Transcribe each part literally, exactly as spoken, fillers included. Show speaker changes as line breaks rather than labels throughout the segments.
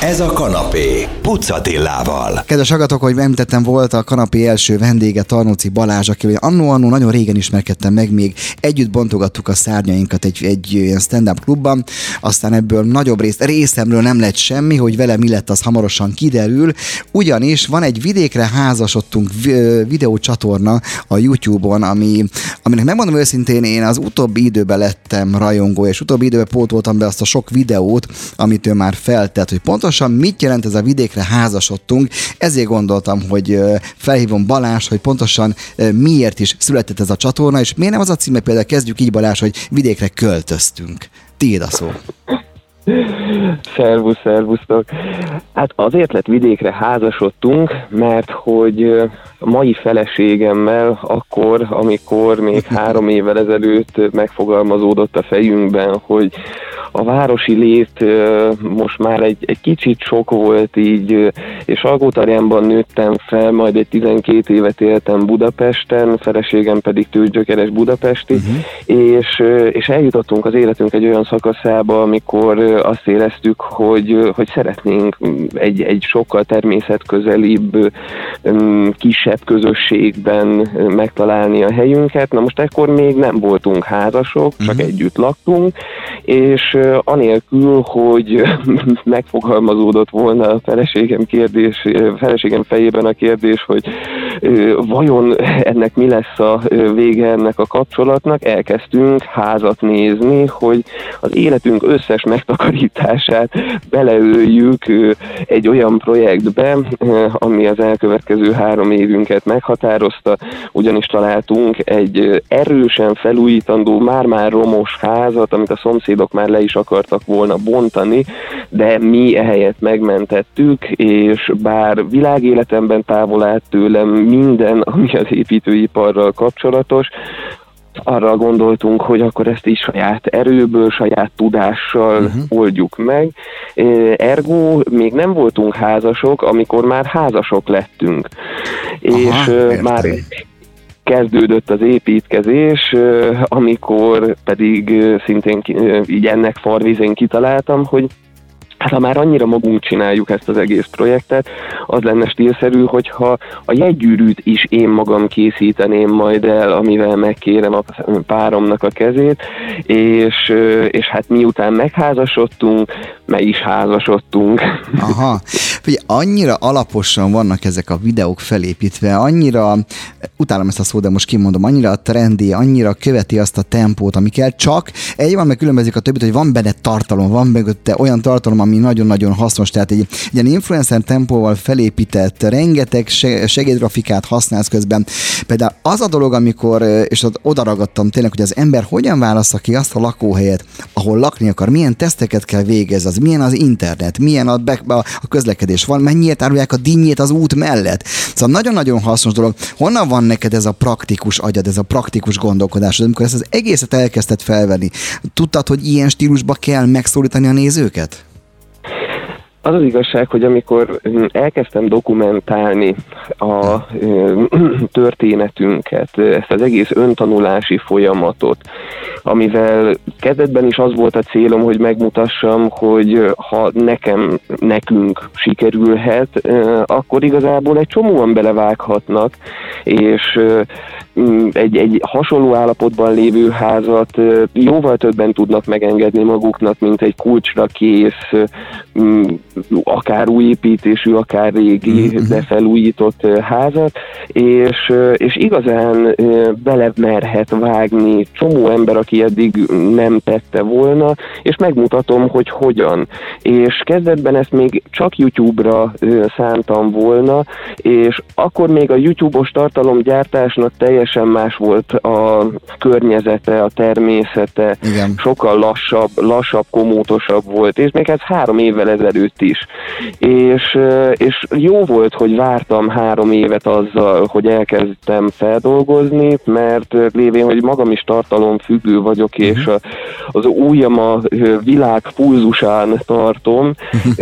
Ez a kanapé Puc Attilával.
Kedves hallgatók, hogy említettem, volt a kanapé első vendége Tarnóci Balázs, akivel annó-annó nagyon régen ismerkedtem meg, még együtt bontogattuk a szárnyainkat egy, egy ilyen stand-up klubban, aztán ebből nagyobb részt, részemről nem lett semmi, hogy vele mi lett, az hamarosan kiderül, ugyanis van egy Vidékre házasodtunk videócsatorna a YouTube-on, ami, aminek megmondom őszintén, én az utóbbi időben lettem rajongó, és utóbbi időben pótoltam be azt a sok videót, amit ő már feltett, hogy pontosan mit jelent ez a Vidékre házasodtunk, ezért gondoltam, hogy felhívom Balázs, hogy pontosan miért is született ez a csatorna, és miért nem az a címe, például kezdjük így, Balázs, hogy Vidékre költöztünk. Tiéd a szó.
Szervusz, szervusztok! Hát azért lett Vidékre házasodtunk, mert hogy a mai feleségemmel akkor, amikor még három évvel ezelőtt megfogalmazódott a fejünkben, hogy a városi lét most már egy, egy kicsit sok volt így, és Salgótarjánban nőttem fel, majd egy tizenkét évet éltem Budapesten, feleségem pedig tőgyökeres budapesti, uh-huh. és, és eljutottunk az életünk egy olyan szakaszába, amikor azt éreztük, hogy, hogy szeretnénk egy, egy sokkal természetközelibb, kisebb közösségben megtalálni a helyünket. Na most ekkor még nem voltunk házasok, csak uh-huh. együtt laktunk, és anélkül, hogy megfogalmazódott volna a feleségem kérdés, feleségem fejében a kérdés, hogy vajon ennek mi lesz a vége ennek a kapcsolatnak, elkezdtünk házat nézni, hogy az életünk összes megtakarítását beleöljük egy olyan projektbe, ami az elkövetkező három évünket meghatározta, ugyanis találtunk egy erősen felújítandó, már-már romos házat, amit a szomszédok már le is akartak volna bontani, de mi ehelyett megmentettük, és bár világéletemben távol állt tőlem minden, ami az építőiparral kapcsolatos, arra gondoltunk, hogy akkor ezt is saját erőből, saját tudással uh-huh. oldjuk meg. Ergo még nem voltunk házasok, amikor már házasok lettünk. Aha, és már kezdődött az építkezés, amikor pedig szintén így ennek farvizén kitaláltam, hogy hát ha már annyira magunk csináljuk ezt az egész projektet, az lenne stílszerű, hogyha a jegygyűrűt is én magam készíteném majd el, amivel megkérem a páromnak a kezét, és, és hát miután megházasodtunk, meg is házasodtunk.
Aha, ugye annyira alaposan vannak ezek a videók felépítve, annyira, utálom ezt a szót, de most kimondom, annyira trendi, annyira követi azt a tempót, ami kell, csak egy van, meg különbözik a többit, hogy van benne tartalom, van mögötte olyan tartalom, ami nagyon-nagyon hasznos, tehát egy, egy ilyen influencer tempóval felépített, rengeteg segédgrafikát használsz közben. Például az a dolog, amikor, és oda ragadtam tényleg, hogy az ember hogyan válassza ki azt a lakóhelyet, ahol lakni akar, milyen teszteket kell végez, az milyen az internet, milyen a, a, a közlekedés van, mennyire árulják a dinnyét az út mellett. Szóval nagyon-nagyon hasznos dolog. Honnan van neked ez a praktikus agyad, ez a praktikus gondolkodásod, amikor ezt az egészet elkezdted felvenni? Tudtad, hogy ilyen stílusba kell megszólítani a nézőket?
Az az igazság, hogy amikor elkezdtem dokumentálni a történetünket, ezt az egész öntanulási folyamatot, amivel kezdetben is az volt a célom, hogy megmutassam, hogy ha nekem, nekünk sikerülhet, akkor igazából egy csomóan belevághatnak, és egy, egy hasonló állapotban lévő házat jóval többen tudnak megengedni maguknak, mint egy kulcsra kész, akár új építésű, akár régi, de felújított házat, és, és igazán belemerhet vágni csomó ember, aki eddig nem tette volna, és megmutatom, hogy hogyan. És kezdetben ezt még csak YouTube-ra szántam volna, és akkor még a YouTube-os tartalomgyártásnak teljesen más volt a környezete, a természete, igen. Sokkal lassabb, lassabb, komótosabb volt, és még ez három évvel ezelőtt is. És, és jó volt, hogy vártam három évet azzal, hogy elkezdtem feldolgozni, mert lévén, hogy magam is tartalomfüggő vagyok, uh-huh. és az ujjam a világ pulzusán tartom,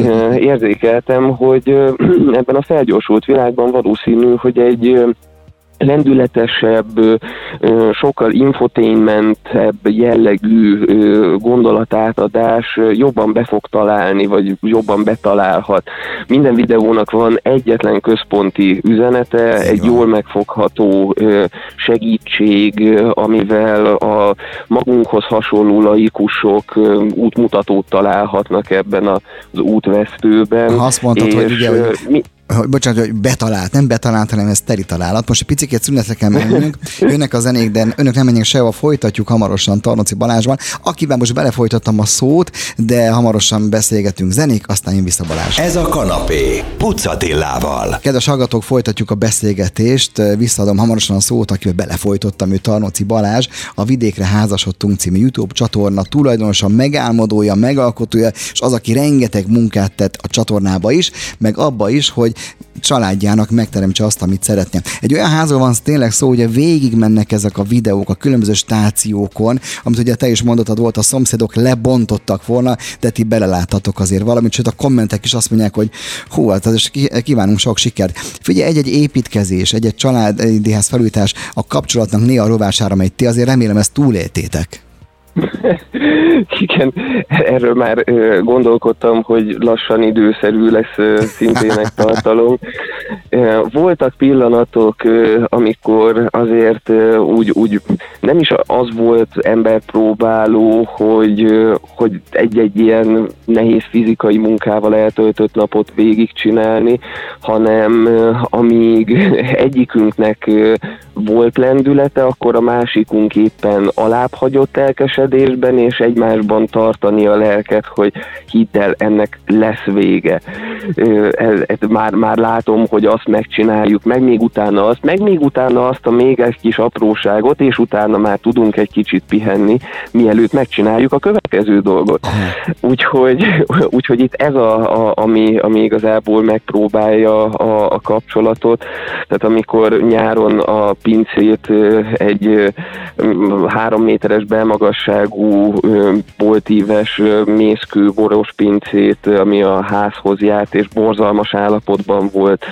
érzékeltem, hogy ebben a felgyorsult világban valószínű, hogy egy lendületesebb, sokkal infotainmentebb jellegű gondolatátadás jobban be fog találni, vagy jobban betalálhat. Minden videónak van egyetlen központi üzenete, egy jól megfogható segítség, amivel a magunkhoz hasonló laikusok útmutatót találhatnak ebben az útvesztőben.
Ha azt mondtad, hogy ugye, hogy... Mi, bocsánat, hogy betalált, nem betalált, hanem ez teri találat. Most egy picit szünetre kell mennünk. Jönnek a zenék, de önök nem menjünk sehova, folytatjuk hamarosan Tarnóci Balázsban, akiben most belefolytattam a szót, de hamarosan beszélgetünk zenék, aztán jön vissza Balázs.
Ez a kanapé Puc Attilával.
Kedves hallgatók, folytatjuk a beszélgetést, visszaadom hamarosan a szót, akivel belefolytottam, ő Tarnóci Balázs, a Vidékre házasodtunk című YouTube csatorna tulajdonosa, megálmodója, megalkotója, és az, aki rengeteg munkát tett a csatornába is, meg abba is, hogy családjának megteremtse azt, amit szeretne. Egy olyan házról van tényleg szó, hogy végig mennek ezek a videók a különböző stációkon, amit ugye te is mondottad, volt, a szomszédok lebontottak volna, de ti beleláttatok azért valamit, sőt a kommentek is azt mondják, hogy hú, hát kívánunk sok sikert. Figyelj, egy-egy építkezés, egy-egy családihez felújítás a kapcsolatnak néha a rovására megy. Ti azért remélem ezt túléltétek.
Igen, erről már gondolkodtam, hogy lassan időszerű lesz szintének tartalom. Voltak pillanatok, amikor azért úgy, úgy nem is az volt emberpróbáló, hogy, hogy egy-egy ilyen nehéz fizikai munkával eltöltött napot végigcsinálni, hanem amíg egyikünknek volt lendülete, akkor a másikunk éppen alább hagyott lelkesedésben, és egymásban tartani a lelket, hogy hidd el, ennek lesz vége. Ez, ez már, már látom, hogy azt megcsináljuk, meg még utána azt, meg még utána azt a még egy kis apróságot, és utána már tudunk egy kicsit pihenni, mielőtt megcsináljuk a következő dolgot. Úgyhogy, úgyhogy itt ez a, a ami, ami igazából megpróbálja a, a kapcsolatot. Tehát amikor nyáron a pincét egy három méteres belmagasságú boltíves mészkő boros pincét, ami a házhoz járt és borzalmas állapotban volt,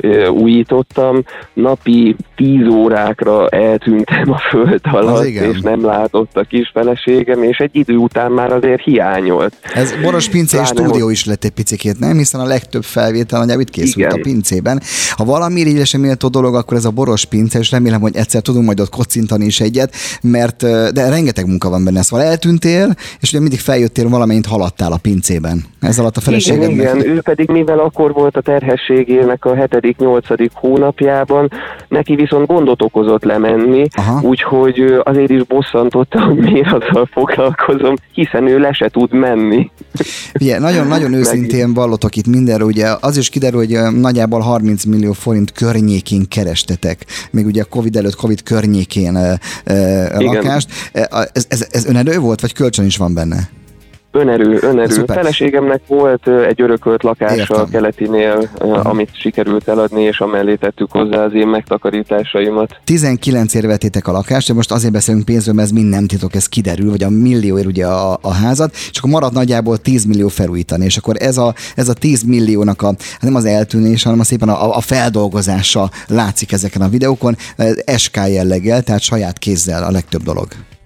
újítottam. Napi tíz órákra eltűntem a föld alatt, és nem látott a kis feleségem, és egy idő után már azért hiányolt.
Ez boros pincé és stúdió is lett egy picikét, nem? Hiszen a legtöbb felvétel nagyjából itt készült igen. a pincében. Ha valami irigyre méltó dolog, akkor ez a boros pince, és remélem, hogy egyszer tudunk majd ott kocintani is egyet, mert de rengeteg munka van benne. Szóval eltűntél, és ugye mindig feljöttél, valamint haladtál a pincében. Ez alatt a feleségednek.
Igen, igen, ő pedig mivel akkor volt a terhességének a hetedik-nyolcadik hónapjában, neki viszont gondot okozott lemenni, úgyhogy azért is bosszantotta, hogy miért azzal foglalkozom, hiszen ő le se tud menni.
Ugye, nagyon-nagyon őszintén vallotok itt mindenről, ugye az is kiderül, hogy nagyjából harminc millió forint környékén kerestetek, még ugye a Covid előtt, Covid környékén e, e, lakást. Ez, ez, ez önerő volt, vagy kölcsön is van benne?
Önerő, önerő. Szuper. Feleségemnek volt egy örökölt lakása Értem. a keletinél, amit sikerült eladni, és amellé tettük hozzá az én megtakarításaimat.
tizenkilenc ér vettétek a lakást, de most azért beszélünk pénzről, mert ez mind nem titok, ez kiderül, vagy a millióért ugye a, a házat, és akkor marad nagyjából tíz millió felújítani, és akkor ez a, ez a tíz milliónak a, nem az eltűnés, hanem a szépen a, a feldolgozása látszik ezeken a videókon, es ká jelleggel, tehát saját kézzel a legtöbb dolog.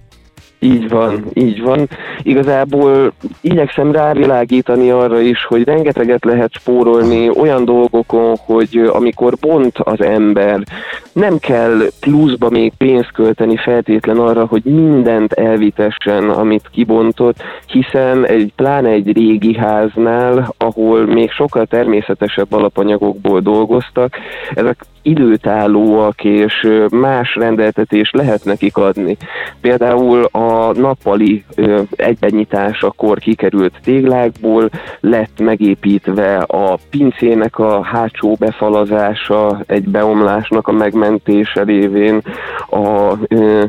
Így van, így van. Igazából igyekszem rávilágítani arra is, hogy rengeteget lehet spórolni olyan dolgokon, hogy amikor bont az ember, nem kell pluszba még pénzt költeni feltétlen arra, hogy mindent elvitessen, amit kibontott, hiszen egy, pláne egy régi háznál, ahol még sokkal természetesebb alapanyagokból dolgoztak, ezek időtállóak, és más rendeltetést lehet nekik adni. Például a nappali egybennyitásakor kikerült téglákból lett megépítve a pincének a hátsó befalazása, egy beomlásnak a megmentése révén, a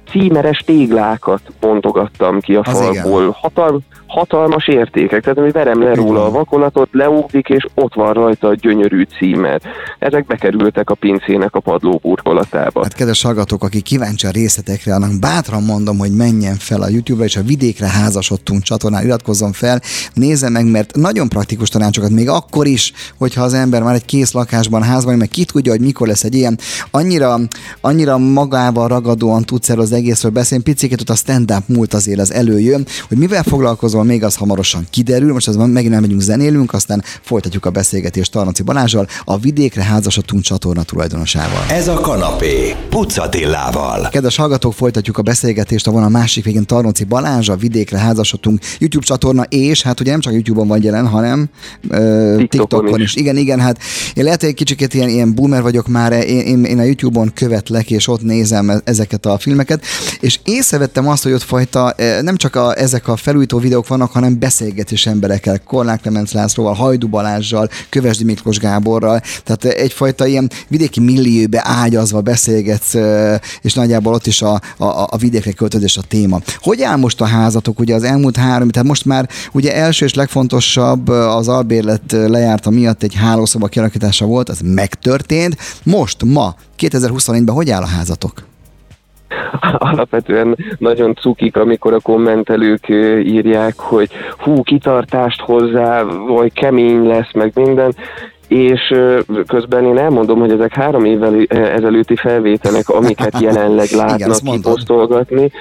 címeres téglákat bontogattam ki a
Az
falból. Hatal, hatalmas értékek, tehát ami verem le róla a vakolatot, leugrik, és ott van rajta a gyönyörű címer. Ezek bekerültek a pincének a padlóburkolatába.
Hát kedves hallgatók, aki kíváncsi a részletekre, annak bátran mondom, hogy menjen fel a YouTube-ra, és a Vidékre házasodtunk csatornán iratkozzon fel, nézze meg, mert nagyon praktikus tanácsokat, még akkor is, hogyha az ember már egy kész lakásban, házban, meg ki tudja, hogy mikor lesz egy ilyen, annyira, annyira magával ragadóan tudsz erről az egészről beszélni, picikét ott a stand-up múlt azért az előjön, hogy mivel foglalkozol, még az hamarosan kiderül, most azban megint elmegyünk, zenélünk, aztán folytatjuk a beszélgetést Tarnóci Balázssal, a Vidékre házasodtunk csatorna tulajdonosával.
Ez a kanapé Puc Attilával.
Kedves hallgatók, folytatjuk a beszélgetést, a vonal másik végén Tarnóci Balázs, a Vidékre házasodtunk YouTube csatorna, és hát ugye nem csak YouTube-on van jelen, hanem ö, TikTokon, TikTokon is. is. Igen, igen, hát én lehet, hogy egy kicsit ilyen, ilyen boomer vagyok már, én, én, én a YouTube-on követlek, és ott nézem ezeket a filmeket, és észrevettem azt, hogy ott fajta nem csak a, ezek a felújító videók vannak, hanem beszélgetés emberekkel, Korlák Klemenc Lászlóval, Hajdú Balázssal, Kövesdi Miklós Gáborral, tehát egyfajta ilyen vidéki millióbe ágyazva beszélgetsz, és nagyjából ott is a, a, a vidékre költözés a téma. Hogy áll most a házatok, ugye az elmúlt három, tehát most már ugye első és legfontosabb az albérlet lejárta miatt egy hálószoba kialakítása volt, az megtörtént. Most, ma, kétezer-huszonnégyben hogy áll a házatok?
Alapvetően nagyon cukik, amikor a kommentelők írják, hogy hú, kitartást hozzá, vagy kemény lesz, meg minden, és közben én elmondom, hogy ezek három évvel ezelőtti felvételek, amiket jelenleg látnak kiposztolgatni,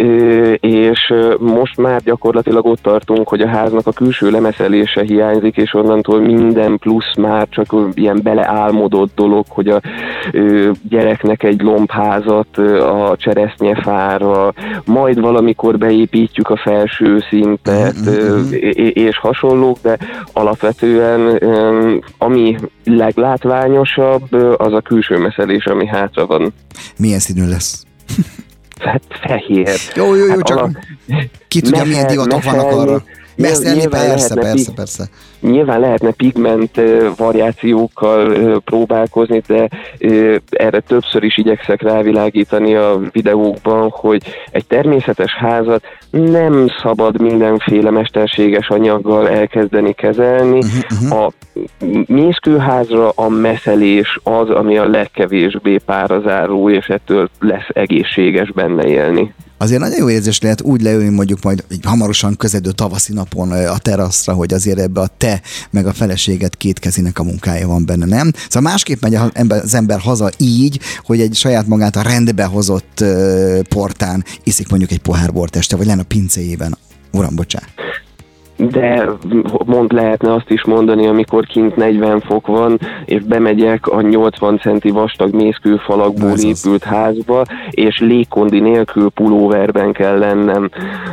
és most már gyakorlatilag ott tartunk, hogy a háznak a külső lemeszelése hiányzik, és onnantól minden plusz már csak ilyen beleálmodott dolog, hogy a gyereknek egy lombházat a cseresznyefára, majd valamikor beépítjük a felső szintet, és hasonlók, de alapvetően ami leglátványosabb, az a külső meszelés, ami hátra van.
Milyen színű lesz?
Hát fehér.
Jó, jó, jó,
hát
csak ala... ki tudja, mehe, milyen divatok vannak arra. Messzelni, persze, persze, persze.
Nyilván lehetne pigment variációkkal próbálkozni, de erre többször is igyekszek rávilágítani a videókban, hogy egy természetes házat nem szabad mindenféle mesterséges anyaggal elkezdeni kezelni. Uh-huh, uh-huh. A mészkőházra a messzelés az, ami a legkevésbé párazáró, és ettől lesz egészséges benne élni.
Azért nagyon jó érzés lehet úgy leülni mondjuk majd egy hamarosan közelődő tavaszi napon a teraszra, hogy azért ebbe a te meg a feleséget két kezinek a munkája van benne, nem? Szóval másképp megy az ember haza így, hogy egy saját magát a rendbe hozott portán iszik mondjuk egy pohár bort este, vagy lenne a pincéjében. Uram, bocsánat.
De mond lehetne azt is mondani, amikor kint negyven fok van, és bemegyek a nyolcvan centi vastag mészkőfalakból épült házba, és légkondi nélkül pulóverben kell lennem.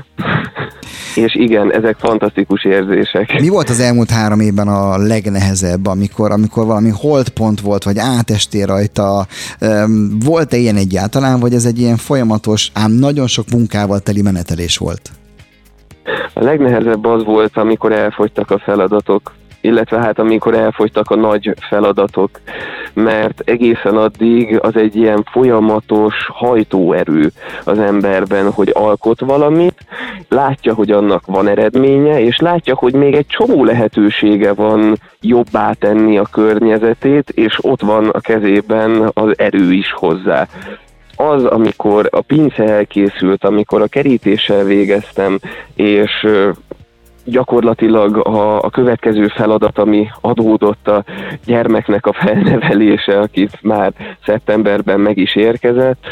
És igen, ezek fantasztikus érzések.
Mi volt az elmúlt három évben a legnehezebb, amikor, amikor valami holdpont volt, vagy átestél rajta? Volt-e ilyen egyáltalán, vagy ez egy ilyen folyamatos, ám nagyon sok munkával teli menetelés volt?
A legnehezebb az volt, amikor elfogytak a feladatok, illetve hát amikor elfogytak a nagy feladatok, mert egészen addig az egy ilyen folyamatos hajtóerő az emberben, hogy alkot valamit, látja, hogy annak van eredménye, és látja, hogy még egy csomó lehetősége van jobbá tenni a környezetét, és ott van a kezében az erő is hozzá. Az, amikor a pince elkészült, amikor a kerítéssel végeztem, és gyakorlatilag a, a következő feladat, ami adódott, a gyermeknek a felnevelése, akit már szeptemberben meg is érkezett,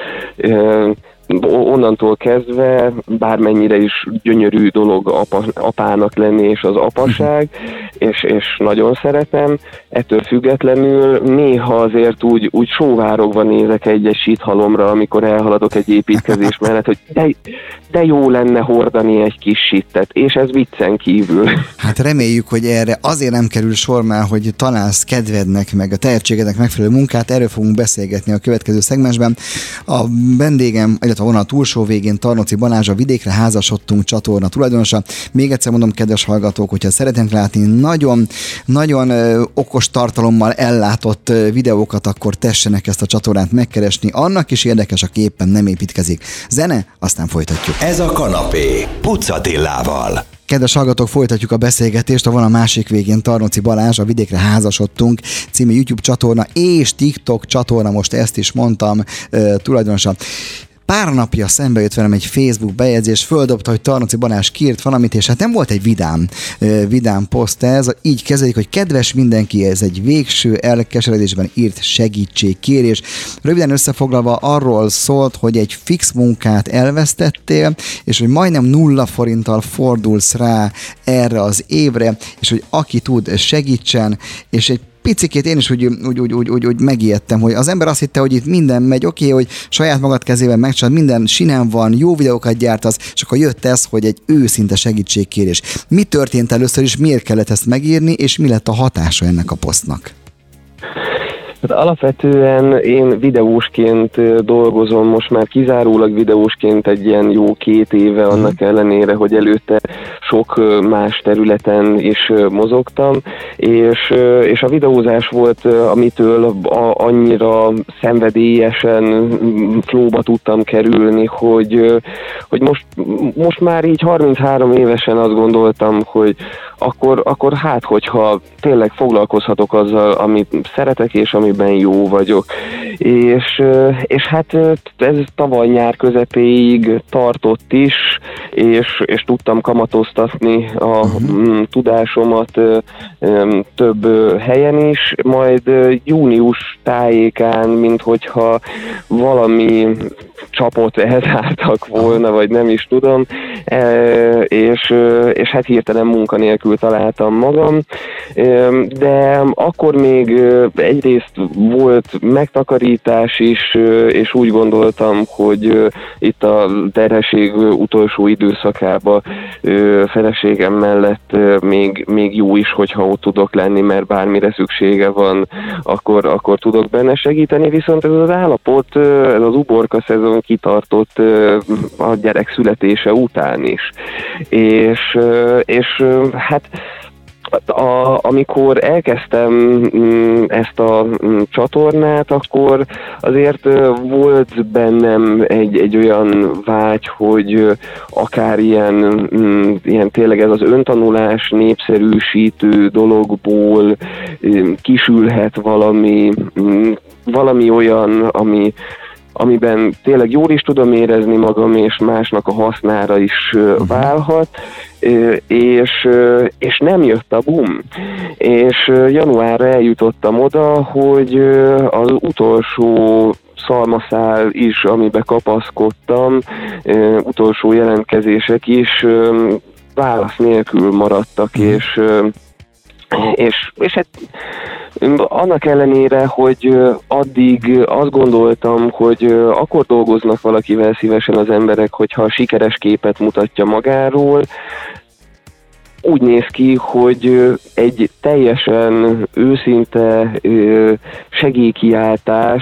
onnantól kezdve bármennyire is gyönyörű dolog apa, apának lenni és az apaság, és, és nagyon szeretem, ettől függetlenül néha azért úgy, úgy sóvárogva nézek egy-egy síthalomra, amikor elhaladok egy építkezés mellett, hogy de, de jó lenne hordani egy kis sittet, és ez viccen kívül.
Hát reméljük, hogy erre azért nem kerül sor már, hogy találsz kedvednek, meg a tehetségednek megfelelő munkát, erről fogunk beszélgetni a következő szegmensben. A vendégem, illetve illetve a vonal túlsó végén Tarnóci Balázs, a Vidékre házasodtunk csatorna tulajdonosa. Még egyszer mondom, kedves hallgatók, hogyha szeretnénk látni nagyon, nagyon ö, okos tartalommal ellátott ö, videókat, akkor tessenek ezt a csatornát megkeresni. Annak is érdekes, aki éppen nem építkezik. Zene, aztán folytatjuk.
Ez a kanapé Puc Attilával.
Kedves hallgatók, folytatjuk a beszélgetést. A van a másik végén Tarnóci Balázs, a Vidékre házasodtunk című YouTube csatorna és TikTok csatorna, most ezt is mondtam, uh, tulajdonosan. Pár napja szembe jött velem egy Facebook bejegyzés, földobta, hogy Tarnóci Balázs kiírt valamit, és hát nem volt egy vidám, vidám poszt ez. Így kezdődik, hogy kedves mindenki, ez egy végső elkeseredésben írt segítségkérés. Röviden összefoglalva arról szólt, hogy egy fix munkát elvesztettél, és hogy majdnem nulla forinttal fordulsz rá erre az évre, és hogy aki tud, segítsen, és egy picikét én is úgy, úgy, úgy, úgy, úgy, úgy megijedtem, hogy az ember azt hitte, hogy itt minden megy, oké, okay, hogy saját magad kezével megcsinálod, minden sinem van, jó videókat gyártasz, és akkor jött ez, hogy egy őszinte segítségkérés. Mi történt először is, miért kellett ezt megírni, és mi lett a hatása ennek a posztnak?
Hát alapvetően én videósként dolgozom, most már kizárólag videósként egy ilyen jó két éve, annak ellenére, hogy előtte sok más területen is mozogtam, és, és a videózás volt, amitől annyira szenvedélyesen flóba tudtam kerülni, hogy, hogy most, most már így harminchárom évesen azt gondoltam, hogy akkor, akkor hát, hogyha tényleg foglalkozhatok azzal, amit szeretek, és amiben jó vagyok. És, és hát ez tavaly nyár közepéig tartott is, és, és tudtam kamatoztatni a uh-huh. tudásomat több helyen is, majd június tájékán, mint hogyha valami csapot elzártak volna, vagy nem is tudom, és, és hát hirtelen munkanélkül találtam magam, de akkor még egyrészt volt megtakarítás is, és úgy gondoltam, hogy itt a terhesség utolsó időszakában feleségem mellett még, még jó is, hogyha ott tudok lenni, mert bármire szüksége van, akkor, akkor tudok benne segíteni, viszont ez az állapot, ez az uborka szezon kitartott a gyerek születése után is. És, és hát A, amikor elkezdtem ezt a csatornát, akkor azért volt bennem egy, egy olyan vágy, hogy akár ilyen, ilyen tényleg ez az öntanulás népszerűsítő dologból kisülhet valami, valami olyan, ami amiben tényleg jól is tudom érezni magam, és másnak a hasznára is válhat, és, és nem jött a boom. És januárra eljutottam oda, hogy az utolsó szalmaszál is, amiben kapaszkodtam, utolsó jelentkezések is válasz nélkül maradtak, uh-huh. és, és, és hát annak ellenére, hogy addig azt gondoltam, hogy akkor dolgoznak valakivel szívesen az emberek, hogyha a sikeres képet mutatja magáról, úgy néz ki, hogy egy teljesen őszinte segélykiáltás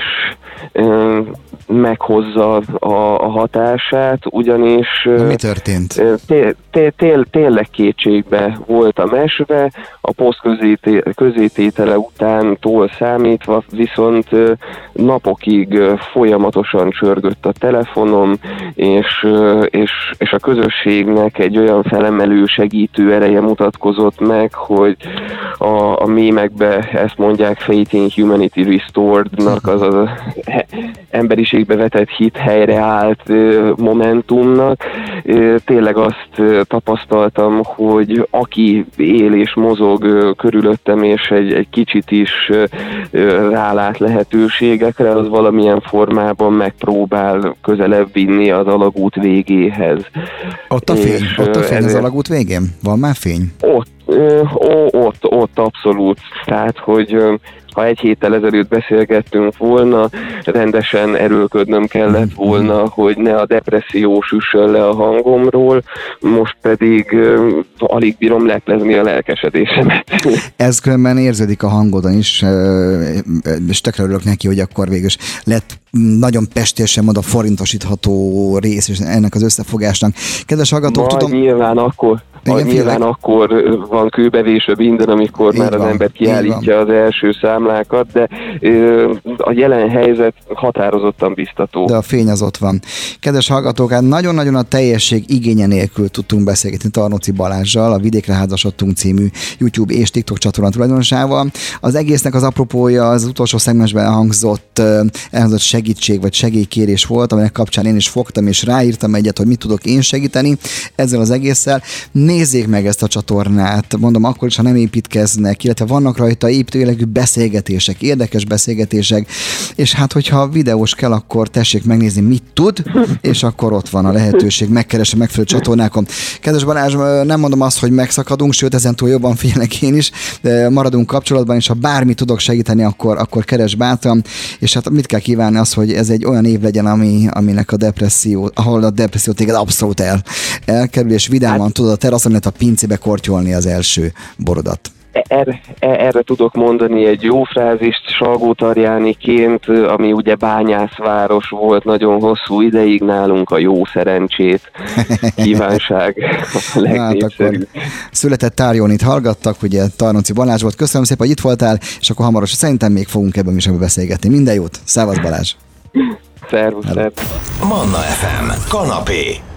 meghozza a, a hatását, ugyanis
mi történt?
Té, té, té, tényleg kétségbe voltam esve, a poszt közété, közététele utántól számítva, viszont napokig folyamatosan csörgött a telefonom, és, és, és a közösségnek egy olyan felemelő, segítő ereje mutatkozott meg, hogy a, a mémekbe ezt mondják Faith in Humanity Restored-nak, az az emberiségbe vetett hit helyreállt momentumnak. Tényleg azt tapasztaltam, hogy aki él és mozog körülöttem, és egy, egy kicsit is rálát lehetőségekre, az valamilyen formában megpróbál közelebb vinni az alagút végéhez.
Ott a fény, ott a fény az alagút végén? Van már fény?
Ott, ö, ó, ott, ott abszolút. Tehát, hogy ö, ha egy héttel ezelőtt beszélgettünk volna, rendesen erőlködnöm kellett volna, hogy ne a depresszió süssön le a hangomról, most pedig ö, alig bírom leplezni a lelkesedésemet.
Ez különben érződik a hangodon is, és tökre örülök neki, hogy akkor végül is lett nagyon pestésen mod a forintosítható rész és ennek az összefogásnak. Kedves hallgatók,
Majd
tudom...
nyilván akkor, majd
Igen,
nyilván akkor van kőbevésve minden, amikor így már az van, ember kiállítja az első számlákat, de ö, a jelen helyzet határozottan biztató.
De a fény az ott van. Kedves hallgatók, hát nagyon-nagyon a teljesség igénye nélkül tudtunk beszélgetni Tarnóci Balázssal, a Vidékre házasodtunk című YouTube és TikTok csatorna tulajdonosával. Az egésznek az apropója az utolsó szegmensben elhangzott, elhangzott segítség vagy segélykérés volt, aminek kapcsán én is fogtam és ráírtam egyet, hogy mit tudok én segíteni ezzel az egésszel. Nézzék meg ezt a csatornát, mondom, akkor is, ha nem építkeznek, illetve vannak rajta építőjelegű beszélgetések, érdekes beszélgetések, és hát, hogyha videós kell, akkor tessék megnézni, mit tud, és akkor ott van a lehetőség, megkeresem megfelelő csatornákon. Kedves Balázs, nem mondom azt, hogy megszakadunk, sőt, ezentúl jobban figyelek én is, de maradunk kapcsolatban, és ha bármit tudok segíteni, akkor, akkor keres bátran, és hát mit kell kívánni az, hogy ez egy olyan év legyen, ami, aminek a depresszió, ahol a depresszió téged abszolút el, elkerül, és vidáman hát, tudod a teraszon, illetve a pincébe kortyolni az első borodat.
Erre, erre tudok mondani egy jó frázist Salgótarjániként, ami ugye bányászváros volt nagyon hosszú ideig, nálunk a jó szerencsét kívánság a legnépszerűbb. Hát
született Tárjónit hallgattak, ugye Tarnóci Balázs volt. Köszönöm szépen, hogy itt voltál, és akkor hamarosan szerintem még fogunk ebben is beszélgetni. Minden jót! Szávasz Balázs!
Szervusz, szervusz!
Manna ef em, kanapé.